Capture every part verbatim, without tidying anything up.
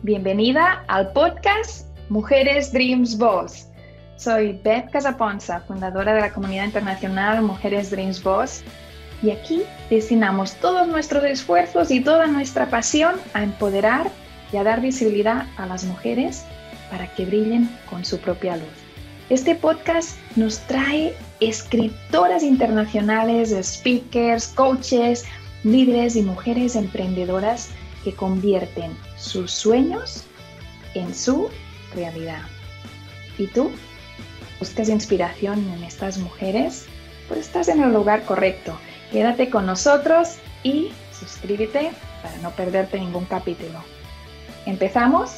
Bienvenida al podcast Mujeres Dreams Boss. Soy Beth Casaponza, fundadora de la comunidad internacional Mujeres Dreams Boss, y aquí destinamos todos nuestros esfuerzos y toda nuestra pasión a empoderar y a dar visibilidad a las mujeres para que brillen con su propia luz. Este podcast nos trae escritoras internacionales, speakers, coaches, líderes y mujeres emprendedoras que convierten sus sueños en su realidad. ¿Y tú? ¿Buscas inspiración en estas mujeres? Pues estás en el lugar correcto. Quédate con nosotros y suscríbete para no perderte ningún capítulo. ¿Empezamos?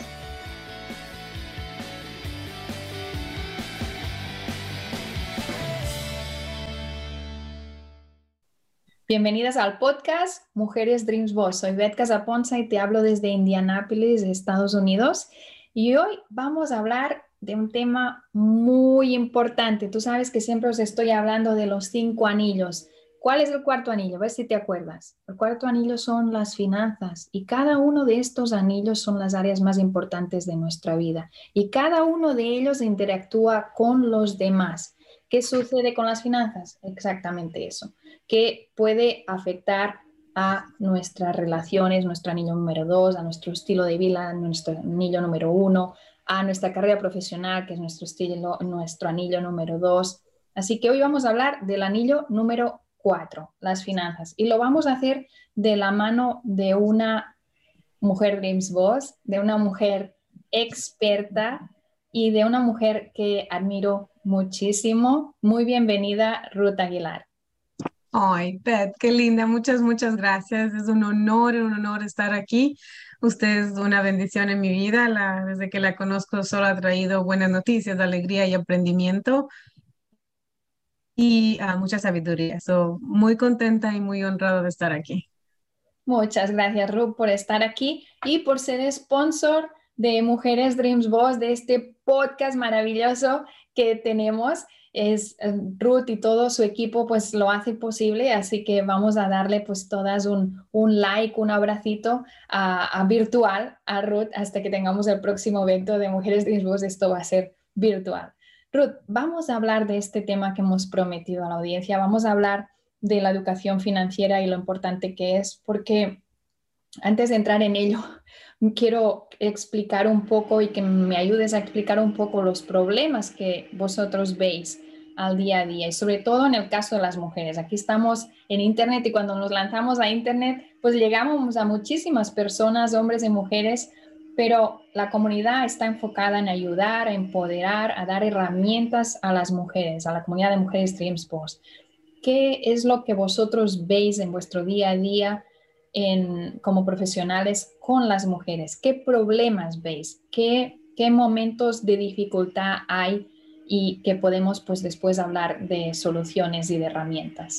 Bienvenidas al podcast Mujeres Dreams Boss. Soy Beth Casaponza y te hablo desde Indianápolis, Estados Unidos. Y hoy vamos a hablar de un tema muy importante. Tú sabes que siempre os estoy hablando de los cinco anillos. ¿Cuál es el cuarto anillo? A ver si te acuerdas. El cuarto anillo son las finanzas y cada uno de estos anillos son las áreas más importantes de nuestra vida. Y cada uno de ellos interactúa con los demás. ¿Qué sucede con las finanzas? Exactamente eso, que puede afectar a nuestras relaciones, nuestro anillo número dos, a nuestro estilo de vida, nuestro anillo número uno, a nuestra carrera profesional, que es nuestro, estilo, nuestro anillo número dos. Así que hoy vamos a hablar del anillo número cuatro, las finanzas. Y lo vamos a hacer de la mano de una mujer Dreams Boss, de una mujer experta y de una mujer que admiro muchísimo. Muy bienvenida, Ruth Aguilar. Ay, Beth, qué linda, muchas, muchas gracias. Es un honor, un honor estar aquí. Usted es una bendición en mi vida. La- desde que la conozco solo ha traído buenas noticias, alegría y aprendimiento y ah, mucha sabiduría. So, muy contenta y muy honrada de estar aquí. Muchas gracias, Ruth, por estar aquí y por ser sponsor de Mujeres Dreams Boss, de este podcast maravilloso que tenemos. Es eh, Ruth y todo su equipo pues lo hace posible, así que vamos a darle pues todas un, un like, un abracito a, a virtual a Ruth hasta que tengamos el próximo evento de Mujeres Dreams Boss. Esto va a ser virtual. Ruth, vamos a hablar de este tema que hemos prometido a la audiencia. Vamos a hablar de la educación financiera y lo importante que es, porque antes de entrar en ello, quiero explicar un poco y que me ayudes a explicar un poco los problemas que vosotros veis al día a día y sobre todo en el caso de las mujeres. Aquí estamos en Internet y cuando nos lanzamos a Internet, pues llegamos a muchísimas personas, hombres y mujeres, pero la comunidad está enfocada en ayudar, a empoderar, a dar herramientas a las mujeres, a la comunidad de Mujeres Dreams Boss. ¿Qué es lo que vosotros veis en vuestro día a día en, como profesionales con las mujeres? ¿Qué problemas veis? ¿Qué, qué momentos de dificultad hay y que podemos pues después hablar de soluciones y de herramientas?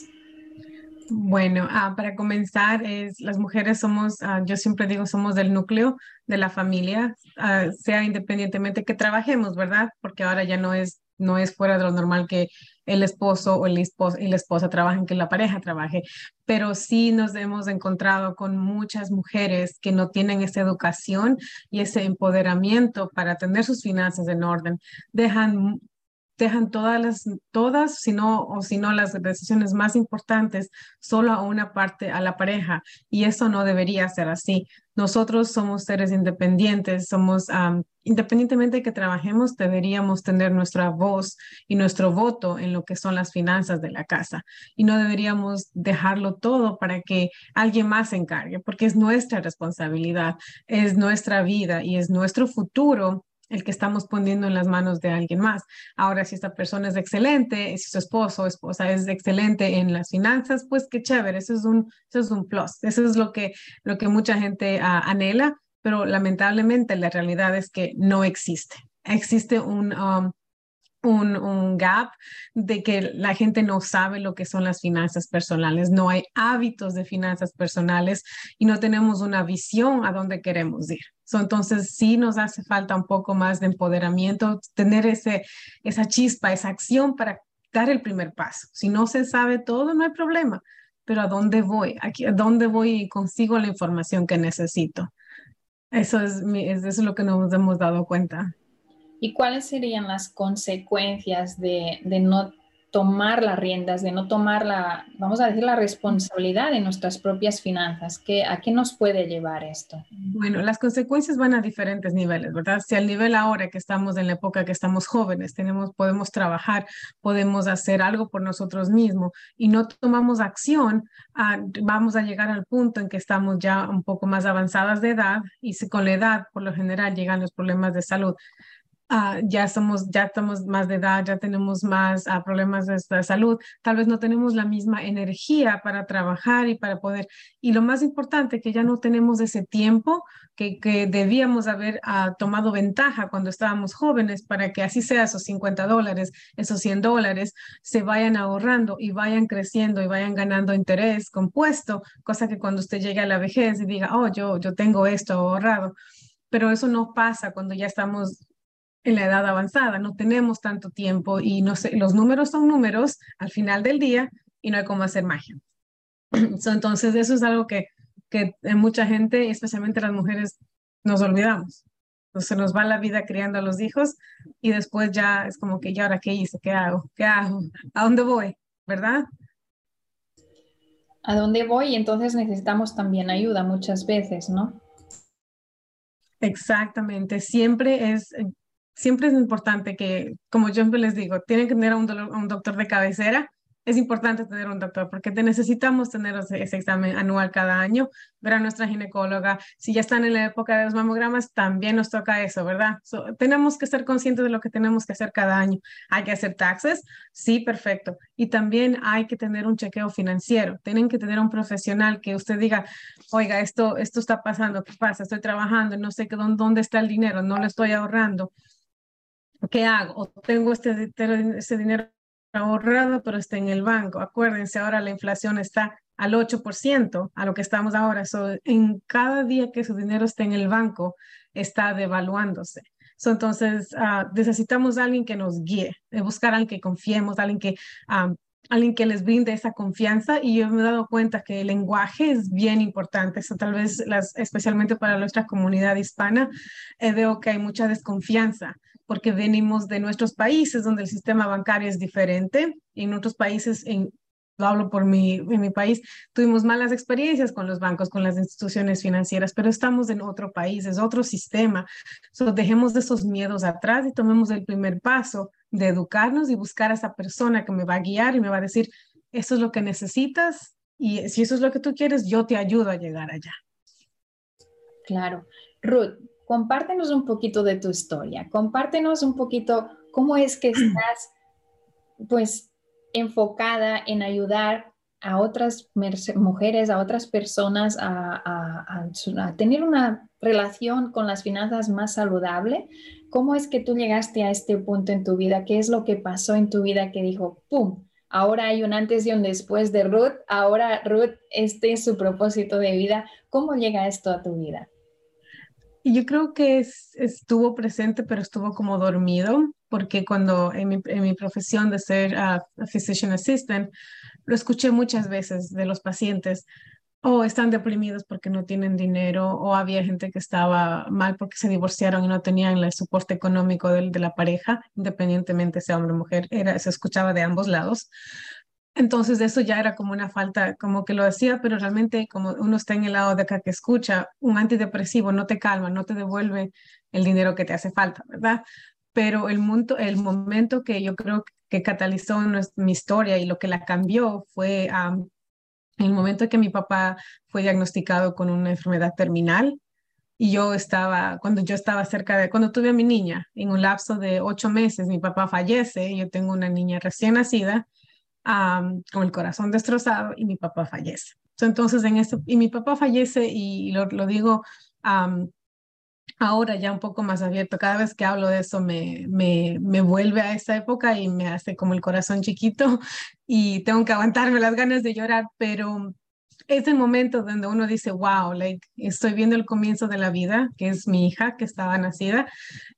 Bueno, ah, para comenzar, es, las mujeres somos, ah, yo siempre digo, somos del núcleo de la familia, ah, sea independientemente que trabajemos, ¿verdad? Porque ahora ya no es, no es fuera de lo normal que el esposo o el esposo y la esposa trabajen, que la pareja trabaje, pero sí nos hemos encontrado con muchas mujeres que no tienen esa educación y ese empoderamiento para tener sus finanzas en orden. Dejan dejan todas las, todas, si no, o si no, las decisiones más importantes solo a una parte, a la pareja, y eso no debería ser así. Nosotros somos seres independientes, somos, um, independientemente de que trabajemos, deberíamos tener nuestra voz y nuestro voto en lo que son las finanzas de la casa, y no deberíamos dejarlo todo para que alguien más se encargue, porque es nuestra responsabilidad, es nuestra vida y es nuestro futuro el que estamos poniendo en las manos de alguien más. Ahora, si esta persona es excelente, si su esposo o esposa es excelente en las finanzas, pues qué chévere, eso es un, eso es un plus, eso es lo que, lo que mucha gente uh, anhela, pero lamentablemente la realidad es que no existe. Existe un, um, un, un gap de que la gente no sabe lo que son las finanzas personales, no hay hábitos de finanzas personales y no tenemos una visión a dónde queremos ir. So, entonces sí nos hace falta un poco más de empoderamiento, tener ese, esa chispa, esa acción para dar el primer paso. Si no se sabe todo, no hay problema, pero ¿a dónde voy? Aquí, ¿a dónde voy y consigo la información que necesito? Eso es, mi- es, eso es lo que nos hemos dado cuenta. ¿Y cuáles serían las consecuencias de, de no tomar las riendas, de no tomar la, vamos a decir, la responsabilidad de nuestras propias finanzas? ¿Qué, ¿A qué nos puede llevar esto? Bueno, las consecuencias van a diferentes niveles, ¿verdad? Si al nivel ahora que estamos en la época que estamos jóvenes, tenemos, podemos trabajar, podemos hacer algo por nosotros mismos y no tomamos acción, ah, vamos a llegar al punto en que estamos ya un poco más avanzadas de edad y si con la edad, por lo general, llegan los problemas de salud. Ah, ya somos, ya estamos más de edad, ya tenemos más ah, problemas de, de salud, tal vez no tenemos la misma energía para trabajar y para poder, y lo más importante, que ya no tenemos ese tiempo que, que debíamos haber ah, tomado ventaja cuando estábamos jóvenes para que así sea esos cincuenta dólares, esos cien dólares, se vayan ahorrando y vayan creciendo y vayan ganando interés compuesto, cosa que cuando usted llegue a la vejez y diga, oh, yo, yo tengo esto ahorrado. Pero eso no pasa cuando ya estamos en la edad avanzada, no tenemos tanto tiempo y no sé, los números son números al final del día y no hay cómo hacer magia. So, entonces eso es algo que, que en mucha gente, especialmente las mujeres, nos olvidamos. Entonces, se nos va la vida criando a los hijos y después ya es como que, ¿y ahora qué hice? ¿Qué hago? ¿Qué hago? ¿A dónde voy? ¿Verdad? ¿A dónde voy? Y entonces necesitamos también ayuda muchas veces, ¿no? Exactamente. Siempre es, siempre es importante que, como yo siempre les digo, tienen que tener a un, dolo- a un doctor de cabecera. Es importante tener un doctor porque te necesitamos tener ese, ese examen anual cada año, ver a nuestra ginecóloga. Si ya están en la época de los mamogramas, también nos toca eso, ¿verdad? So, tenemos que ser conscientes de lo que tenemos que hacer cada año. Hay que hacer taxes, sí, perfecto. Y también hay que tener un chequeo financiero. Tienen que tener un profesional que usted diga, oiga, esto, esto está pasando, ¿qué pasa? Estoy trabajando, no sé qué, dónde, dónde está el dinero, no lo estoy ahorrando, ¿qué hago? O tengo este, di- te- este dinero ahorrado, pero está en el banco. Acuérdense, ahora la inflación está al ocho por ciento a lo que estamos ahora. So, en cada día que su dinero esté en el banco, está devaluándose. So, entonces, ah, necesitamos a alguien que nos guíe, de buscar a alguien que confiemos, alguien que, ah, alguien que les brinde esa confianza. Y yo me he dado cuenta que el lenguaje es bien importante. Eso tal vez, las, especialmente para nuestra comunidad hispana, eh, veo que hay mucha desconfianza porque venimos de nuestros países donde el sistema bancario es diferente. Y en otros países, en, lo hablo por mi, en mi país, tuvimos malas experiencias con los bancos, con las instituciones financieras, pero estamos en otro país, es otro sistema. So, dejemos de esos miedos atrás y tomemos el primer paso de educarnos y buscar a esa persona que me va a guiar y me va a decir, esto es lo que necesitas y si eso es lo que tú quieres, yo te ayudo a llegar allá. Claro. Ruth, compártenos un poquito de tu historia. Compártenos un poquito cómo es que estás, pues, enfocada en ayudar a otras mujeres, a otras personas a, a, a, a tener una relación con las finanzas más saludable. ¿Cómo es que tú llegaste a este punto en tu vida? ¿Qué es lo que pasó en tu vida que dijo, ¡pum! Ahora hay un antes y un después de Ruth. Ahora Ruth, este es su propósito de vida. ¿Cómo llega esto a tu vida? Y yo creo que es- estuvo presente, pero estuvo como dormido, porque cuando en mi, en mi profesión de ser ah, physician assistant, lo escuché muchas veces de los pacientes, o están deprimidos porque no tienen dinero, o había gente que estaba mal porque se divorciaron y no tenían el soporte económico del- de, la pareja, independientemente sea hombre o mujer, era, se escuchaba de ambos lados. Entonces eso ya era como una falta, como que lo hacía, pero realmente como uno está en el lado de acá que escucha, un antidepresivo no te calma, no te devuelve el dinero que te hace falta, ¿verdad? Pero el, mundo, el momento que yo creo que catalizó nues- mi historia y lo que la cambió fue am, el momento que mi papá fue diagnosticado con una enfermedad terminal. Y yo estaba, cuando yo estaba cerca de, cuando tuve a mi niña, en un lapso de ocho meses, mi papá fallece, y yo tengo una niña recién nacida am, con el corazón destrozado y mi papá fallece. So, entonces, en este, y mi papá fallece y lo, lo digo am, ahora ya un poco más abierto. Cada vez que hablo de eso me, me, me vuelve a esa época y me hace como el corazón chiquito y tengo que aguantarme las ganas de llorar, pero es el momento donde uno dice, wow, like, estoy viendo el comienzo de la vida, que es mi hija que estaba nacida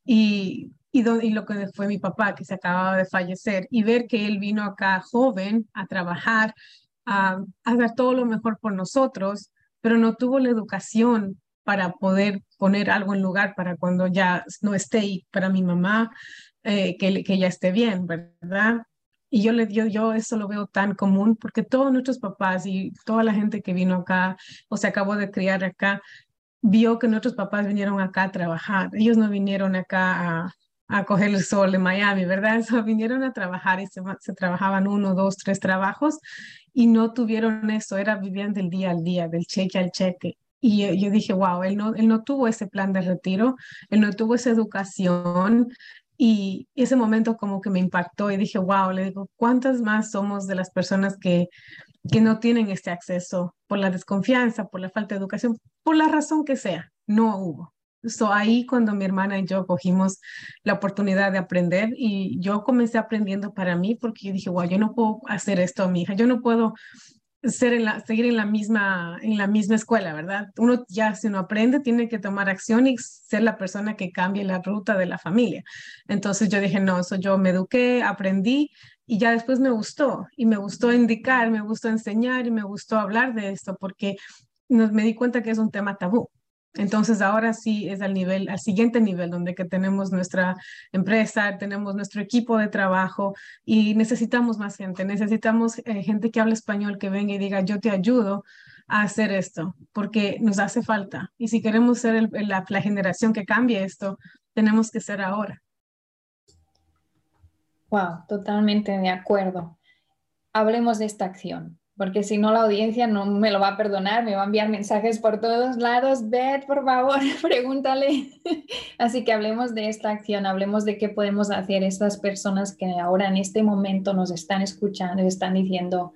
y, y, do- y lo que fue mi papá, que se acababa de fallecer, y ver que él vino acá joven a trabajar, a, a dar todo lo mejor por nosotros, pero no tuvo la educación para poder poner algo en lugar para cuando ya no esté y para mi mamá, eh, que, que ya esté bien, ¿verdad? Y yo, le, yo, yo eso lo veo tan común porque todos nuestros papás y toda la gente que vino acá o se acabó de criar acá, vio que nuestros papás vinieron acá a trabajar. Ellos no vinieron acá a, a coger el sol en Miami, ¿verdad? Eso, vinieron a trabajar y se, se trabajaban uno, dos, tres trabajos y no tuvieron eso, era vivían del día al día, del cheque al cheque. Y yo, yo dije, wow, él no, él no tuvo ese plan de retiro, él no tuvo esa educación. Y ese momento como que me impactó y dije, wow, le digo, ¿cuántas más somos de las personas que que no tienen este acceso por la desconfianza, por la falta de educación, por la razón que sea, no hubo? So, ahí cuando mi hermana y yo cogimos la oportunidad de aprender y yo comencé aprendiendo para mí porque yo dije, wow, yo no puedo hacer esto a mi hija, yo no puedo ser en la, seguir en la misma, en la misma escuela, ¿verdad? Uno ya si uno aprende tiene que tomar acción y ser la persona que cambie la ruta de la familia. Entonces yo dije, no, eso yo me eduqué, aprendí y ya después me gustó y me gustó indicar, me gustó enseñar y me gustó hablar de esto porque nos, me di cuenta que es un tema tabú. Entonces ahora sí es al nivel, al siguiente nivel, donde que tenemos nuestra empresa, tenemos nuestro equipo de trabajo y necesitamos más gente, necesitamos eh, gente que hable español, que venga y diga, yo te ayudo a hacer esto, porque nos hace falta. Y si queremos ser el- la, la generación que cambie esto, tenemos que ser ahora. Wow, totalmente de acuerdo. Hablemos de esta acción, porque si no la audiencia no me lo va a perdonar, me va a enviar mensajes por todos lados. Beth, por favor, pregúntale. Así que hablemos de esta acción, hablemos de qué podemos hacer estas personas que ahora en este momento nos están escuchando y están diciendo,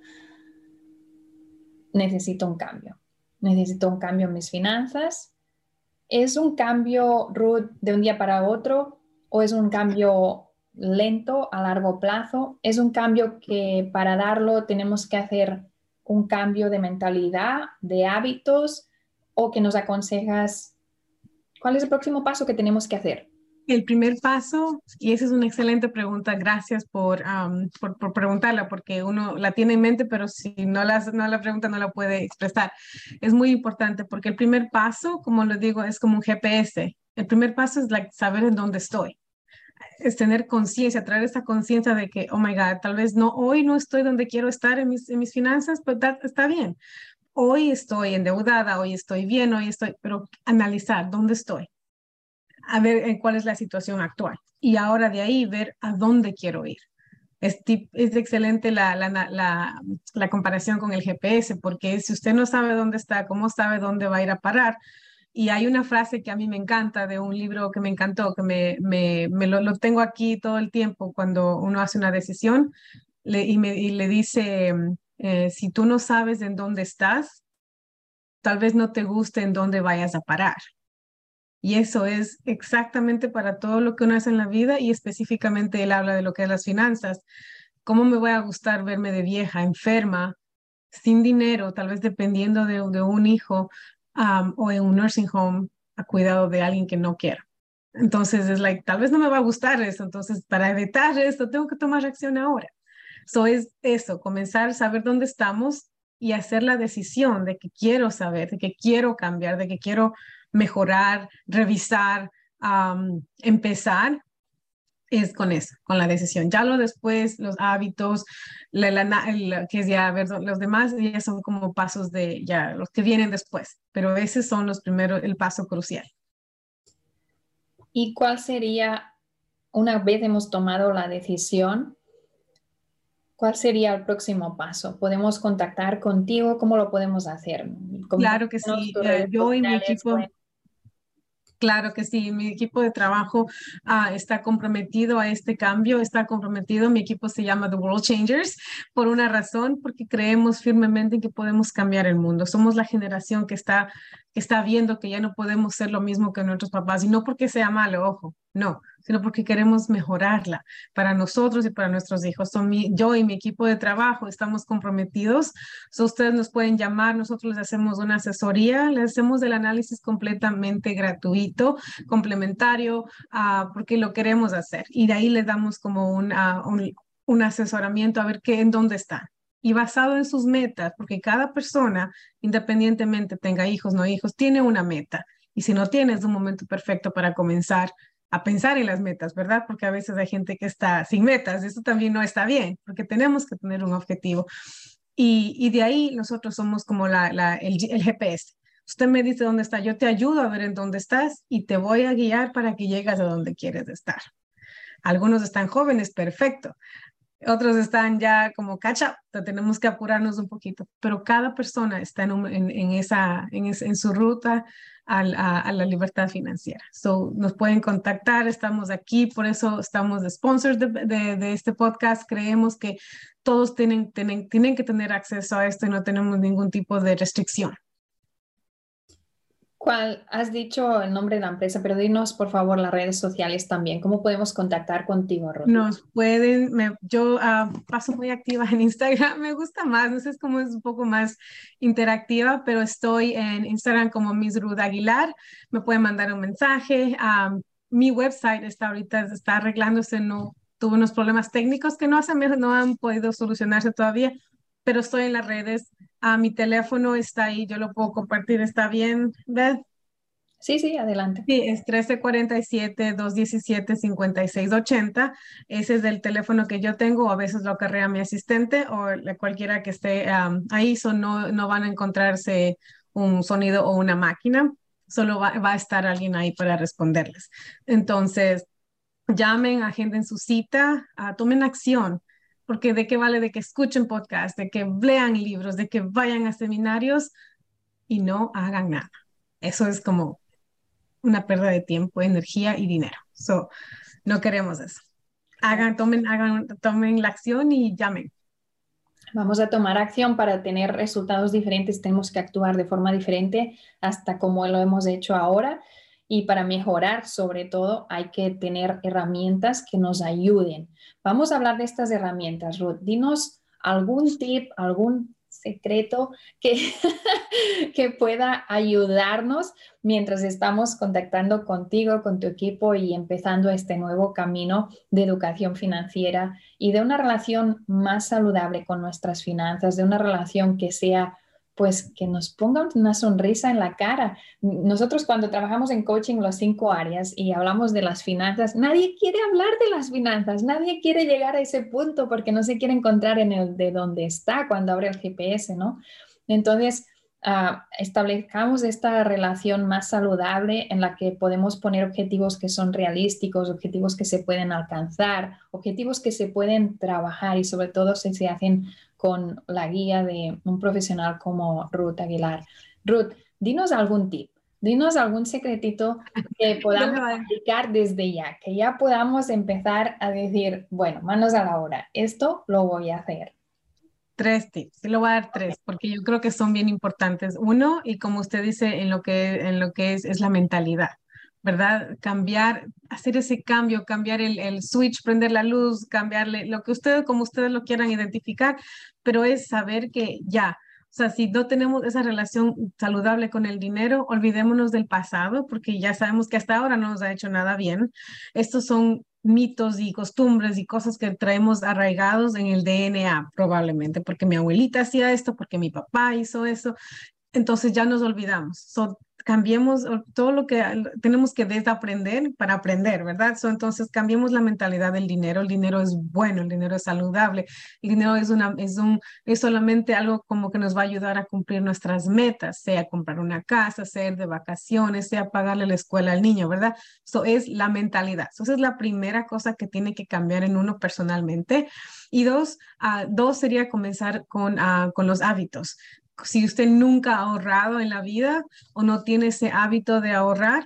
necesito un cambio, necesito un cambio en mis finanzas. ¿Es un cambio, Ruth, de un día para otro o es un cambio lento a largo plazo? ¿Es un cambio que para darlo tenemos que hacer un cambio de mentalidad, de hábitos o que nos aconsejas cuál es el próximo paso que tenemos que hacer? El primer paso, y esa es una excelente pregunta, gracias por, am, por, por preguntarla, porque uno la tiene en mente, pero si no la, no la pregunta no la puede expresar. Es muy importante porque el primer paso, como lo digo, es como un G P S. El primer paso es like, saber en dónde estoy, es tener conciencia, traer esa conciencia de que, oh my God, tal vez no, hoy no estoy donde quiero estar en mis, en mis finanzas, pero that, está bien. Hoy estoy endeudada, hoy estoy bien, hoy estoy, pero analizar dónde estoy, a ver en cuál es la situación actual y ahora de ahí ver a dónde quiero ir. Es, tip, es excelente la, la, la, la comparación con el G P S, porque si usted no sabe dónde está, ¿cómo sabe dónde va a ir a parar? Y hay una frase que a mí me encanta de un libro que me encantó, que me, me, me lo, lo, tengo aquí todo el tiempo cuando uno hace una decisión le, y, me, y le dice, eh, si tú no sabes en dónde estás, tal vez no te guste en dónde vayas a parar. Y eso es exactamente para todo lo que uno hace en la vida y específicamente él habla de lo que es las finanzas. ¿Cómo me voy a gustar verme de vieja, enferma, sin dinero, tal vez dependiendo de, de un hijo um, o en un nursing home a cuidado de alguien que no quiero? Entonces es like, tal vez no me va a gustar eso. Entonces, para evitar esto, tengo que tomar acción ahora. So es eso, comenzar a saber dónde estamos y hacer la decisión de que quiero saber, de que quiero cambiar, de que quiero mejorar, revisar, um, empezar, es con eso, con la decisión. Ya lo después, los hábitos, la, la, la, que es ya ver los demás, ya son como pasos de ya los que vienen después, pero esos son los primeros, el paso crucial. ¿Y cuál sería, una vez hemos tomado la decisión, cuál sería el próximo paso? ¿Podemos contactar contigo? ¿Cómo lo podemos hacer? Claro que sí, uh, yo y mi equipo... Pueden... Claro que sí, mi equipo de trabajo uh, está comprometido a este cambio, está comprometido, mi equipo se llama The World Changers por una razón, porque creemos firmemente en que podemos cambiar el mundo. Somos la generación que está, que está viendo que ya no podemos ser lo mismo que nuestros papás, y no porque sea malo, ojo, no, sino porque queremos mejorarla para nosotros y para nuestros hijos. Son mi, yo y mi equipo de trabajo estamos comprometidos, so ustedes nos pueden llamar, nosotros les hacemos una asesoría, les hacemos el análisis completamente gratuito, complementario, uh, porque lo queremos hacer. Y de ahí les damos como un, uh, un, un asesoramiento a ver qué, en dónde están. Y basado en sus metas, porque cada persona, independientemente tenga hijos o no hijos, tiene una meta. Y si no tienes, es un momento perfecto para comenzar a pensar en las metas, ¿verdad? Porque a veces hay gente que está sin metas, eso también no está bien, porque tenemos que tener un objetivo. Y, y de ahí nosotros somos como la, la, el, el G P S. Usted me dice dónde está, yo te ayudo a ver en dónde estás y te voy a guiar para que llegues a donde quieres estar. Algunos están jóvenes, perfecto. Otros están ya como catch up, tenemos que apurarnos un poquito, pero cada persona está en, un, en, en esa, en, es, en su ruta al, a, a la libertad financiera. So, nos pueden contactar, estamos aquí, por eso estamos de sponsors de, de, de este podcast. Creemos que todos tienen, tienen, tienen que tener acceso a esto y no tenemos ningún tipo de restricción. ¿Cuál? Has dicho el nombre de la empresa, pero dinos por favor las redes sociales también. ¿Cómo podemos contactar contigo, Ruth? Nos pueden, me, yo uh, paso muy activa en Instagram, me gusta más, no sé, es como es un poco más interactiva, pero estoy en Instagram como Miss Ruth Aguilar, me pueden mandar un mensaje, um, mi website está ahorita, está arreglándose, no tuve unos problemas técnicos que no, hacen, no han podido solucionarse todavía, pero estoy en las redes, uh, mi teléfono está ahí, yo lo puedo compartir, está bien, ¿ves? Sí, sí, adelante. Sí, es trece cuarenta y siete, doscientos diecisiete, cincuenta y seis ochenta. Ese es el teléfono que yo tengo, o a veces lo acarrea mi asistente o la- cualquiera que esté um, ahí, so no, no van a encontrarse un sonido o una máquina, solo va, va a estar alguien ahí para responderles. Entonces, llamen, agenden su cita, ah, tomen acción, porque de qué vale de que escuchen podcast, de que lean libros, de que vayan a seminarios y no hagan nada. Eso es como una pérdida de tiempo, energía y dinero. So, no queremos eso. Hagan, tomen, hagan, tomen la acción y llamen. Vamos a tomar acción para tener resultados diferentes. Tenemos que actuar de forma diferente hasta como lo hemos hecho ahora. Y para mejorar, sobre todo, hay que tener herramientas que nos ayuden. Vamos a hablar de estas herramientas, Ruth. Dinos algún tip, algún secreto que, que pueda ayudarnos mientras estamos contactando contigo, con tu equipo y empezando este nuevo camino de educación financiera y de una relación más saludable con nuestras finanzas, de una relación que sea, pues, que nos ponga una sonrisa en la cara. Nosotros cuando trabajamos en coaching las cinco áreas y hablamos de las finanzas, nadie quiere hablar de las finanzas, nadie quiere llegar a ese punto porque no se quiere encontrar en el de dónde está cuando abre el G P S, ¿no? Entonces, Uh, establezcamos esta relación más saludable en la que podemos poner objetivos que son realísticos, objetivos que se pueden alcanzar, objetivos que se pueden trabajar y sobre todo si se hacen con la guía de un profesional como Ruth Aguilar. Ruth, dinos algún tip, dinos algún secretito que podamos aplicar desde ya, que ya podamos empezar a decir, bueno, manos a la obra, esto lo voy a hacer. Tres tips, sí le voy a dar tres, porque yo creo que son bien importantes. Uno, y como usted dice, en lo que, en lo que es, es la mentalidad, ¿verdad? Cambiar, hacer ese cambio, cambiar el, el switch, prender la luz, cambiarle, lo que ustedes, como ustedes lo quieran identificar, pero es saber que ya, o sea, si no tenemos esa relación saludable con el dinero, olvidémonos del pasado, porque ya sabemos que hasta ahora no nos ha hecho nada bien. Estos son mitos y costumbres y cosas que traemos arraigados en el D N A, probablemente, porque mi abuelita hacía esto, porque mi papá hizo eso, entonces ya nos olvidamos. So, cambiemos todo lo que tenemos que desaprender para aprender, ¿verdad? So, entonces cambiemos la mentalidad del dinero. El dinero es bueno, el dinero es saludable, el dinero es, una, es, un, es solamente algo como que nos va a ayudar a cumplir nuestras metas, sea comprar una casa, sea ir de vacaciones, sea pagarle la escuela al niño, ¿verdad? Eso es la mentalidad. So, esa es la primera cosa que tiene que cambiar en uno personalmente. Y dos, uh, dos sería comenzar con, uh, con los hábitos. Si usted nunca ha ahorrado en la vida o no tiene ese hábito de ahorrar,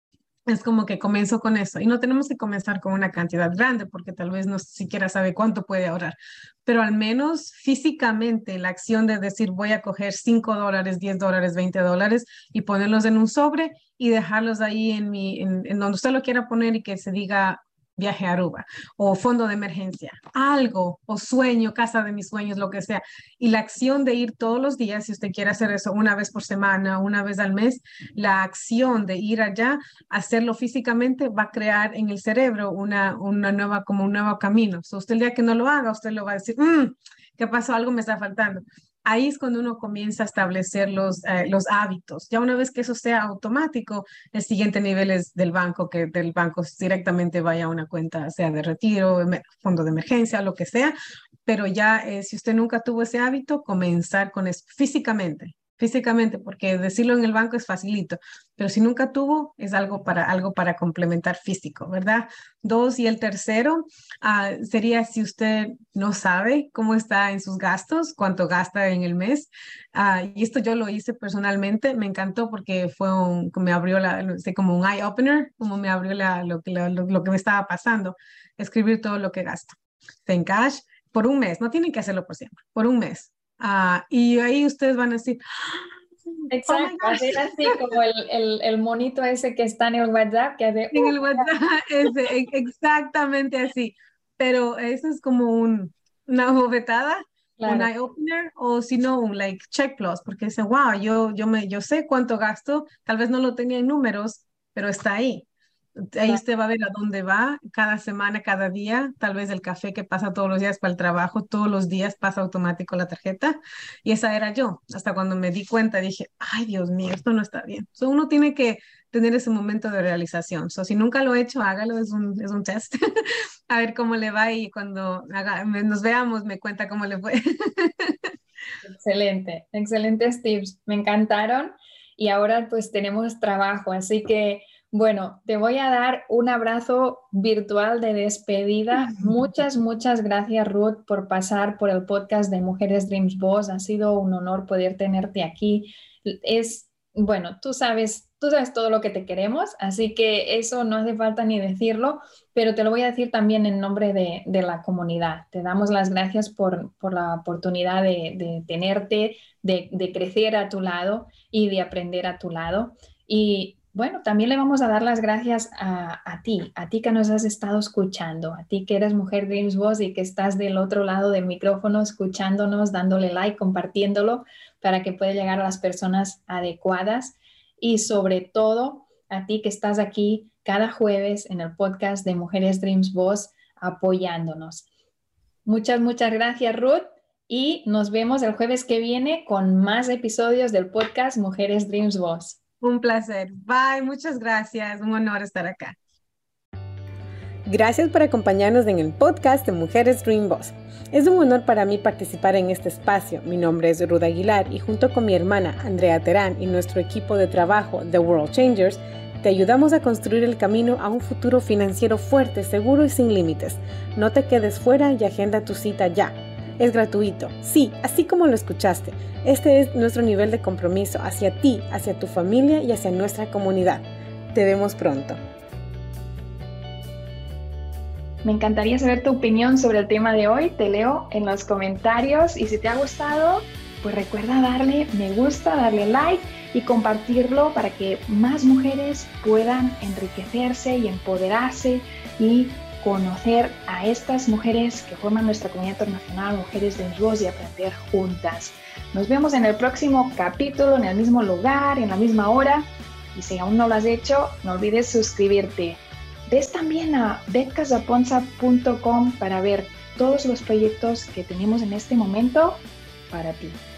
es como que comenzó con eso. Y no tenemos que comenzar con una cantidad grande porque tal vez no siquiera sabe cuánto puede ahorrar. Pero al menos físicamente la acción de decir voy a coger cinco dólares, diez dólares, veinte dólares y ponerlos en un sobre y dejarlos ahí en, mi, en, en donde usted lo quiera poner y que se diga viaje a Aruba o fondo de emergencia, algo, o sueño, casa de mis sueños, lo que sea. Y la acción de ir todos los días, si usted quiere hacer eso una vez por semana, una vez al mes, la acción de ir allá, hacerlo físicamente, va a crear en el cerebro una, una nueva, como un nuevo camino. So, usted el día que no lo haga, usted lo va a decir, mmm, ¿qué pasó? Algo me está faltando. ahí es cuando uno comienza a establecer los, eh, los hábitos. Ya una vez que eso sea automático, el siguiente nivel es del banco, que del banco directamente vaya a una cuenta, sea de retiro, em- fondo de emergencia, lo que sea. Pero ya, eh, si usted nunca tuvo ese hábito, comenzar con eso físicamente. Físicamente, porque decirlo en el banco es facilito, pero si nunca tuvo, es algo para, algo para complementar físico, ¿verdad? Dos, y el tercero, ah, sería si usted no sabe cómo está en sus gastos, cuánto gasta en el mes. Ah, y esto yo lo hice personalmente, me encantó porque fue un, me abrió la, no sé, como un eye opener, como me abrió la, lo, que- lo, lo lo que me estaba pasando, escribir todo lo que gasto en cash por un mes, no tienen que hacerlo por siempre, por un mes. Ah, y ahí ustedes van a decir, oh my Exacto, gosh, hacer así como el, el, el monito ese que está en el WhatsApp, que hace, en uh, el WhatsApp, ese, e- exactamente así. Pero eso es como un, una bofetada, un claro, eye opener, o si no, un like check plus, porque dice, wow, yo, yo, me, yo sé cuánto gasto, tal vez no lo tenía en números, pero está ahí. Ahí claro. usted va a ver a dónde va cada semana, cada día. Tal vez el café que pasa todos los días para el trabajo, todos los días pasa automático la tarjeta. Y esa era yo. Hasta cuando me di cuenta dije, ay, Dios mío, esto no está bien. So, uno tiene que tener ese momento de realización. So, si nunca lo he hecho, hágalo, es un, es un test. A ver cómo le va y cuando haga- me- nos veamos me cuenta cómo le fue. Excelente, excelentes tips, me encantaron y ahora pues tenemos trabajo, así que bueno, te voy a dar un abrazo virtual de despedida. Muchas, muchas gracias Ruth por pasar por el podcast de Mujeres Dreams Boss. Ha sido un honor poder tenerte aquí. Es, bueno, tú sabes, tú sabes todo lo que te queremos, así que eso no hace falta ni decirlo, pero te lo voy a decir también en nombre de, de la comunidad. Te damos las gracias por, por la oportunidad de, de tenerte, de, de crecer a tu lado y de aprender a tu lado. Y bueno, también le vamos a dar las gracias a, a ti, a ti que nos has estado escuchando, a ti que eres Mujer Dreams Boss y que estás del otro lado del micrófono escuchándonos, dándole like, compartiéndolo para que pueda llegar a las personas adecuadas y sobre todo a ti que estás aquí cada jueves en el podcast de Mujeres Dreams Boss apoyándonos. Muchas, muchas gracias Ruth y nos vemos el jueves que viene con más episodios del podcast Mujeres Dreams Boss. Un placer. Bye, muchas gracias. Un honor estar acá. Gracias por acompañarnos en el podcast de Mujeres Dream Boss. Es un honor para mí participar en este espacio. Mi nombre es Ruth Aguilar y junto con mi hermana Andrea Terán y nuestro equipo de trabajo The World Changers, te ayudamos a construir el camino a un futuro financiero fuerte, seguro y sin límites. No te quedes fuera y agenda tu cita ya. Es gratuito. Sí, así como lo escuchaste. Este es nuestro nivel de compromiso hacia ti, hacia tu familia y hacia nuestra comunidad. Te vemos pronto. Me encantaría saber tu opinión sobre el tema de hoy. Te leo en los comentarios y si te ha gustado, pues recuerda darle me gusta, darle like y compartirlo para que más mujeres puedan enriquecerse y empoderarse y conocer a estas mujeres que forman nuestra comunidad internacional, Mujeres Dreams Boss, y aprender juntas. Nos vemos en el próximo capítulo, en el mismo lugar, en la misma hora. Y si aún no lo has hecho, no olvides suscribirte. Ves también a betcasaponza punto com para ver todos los proyectos que tenemos en este momento para ti.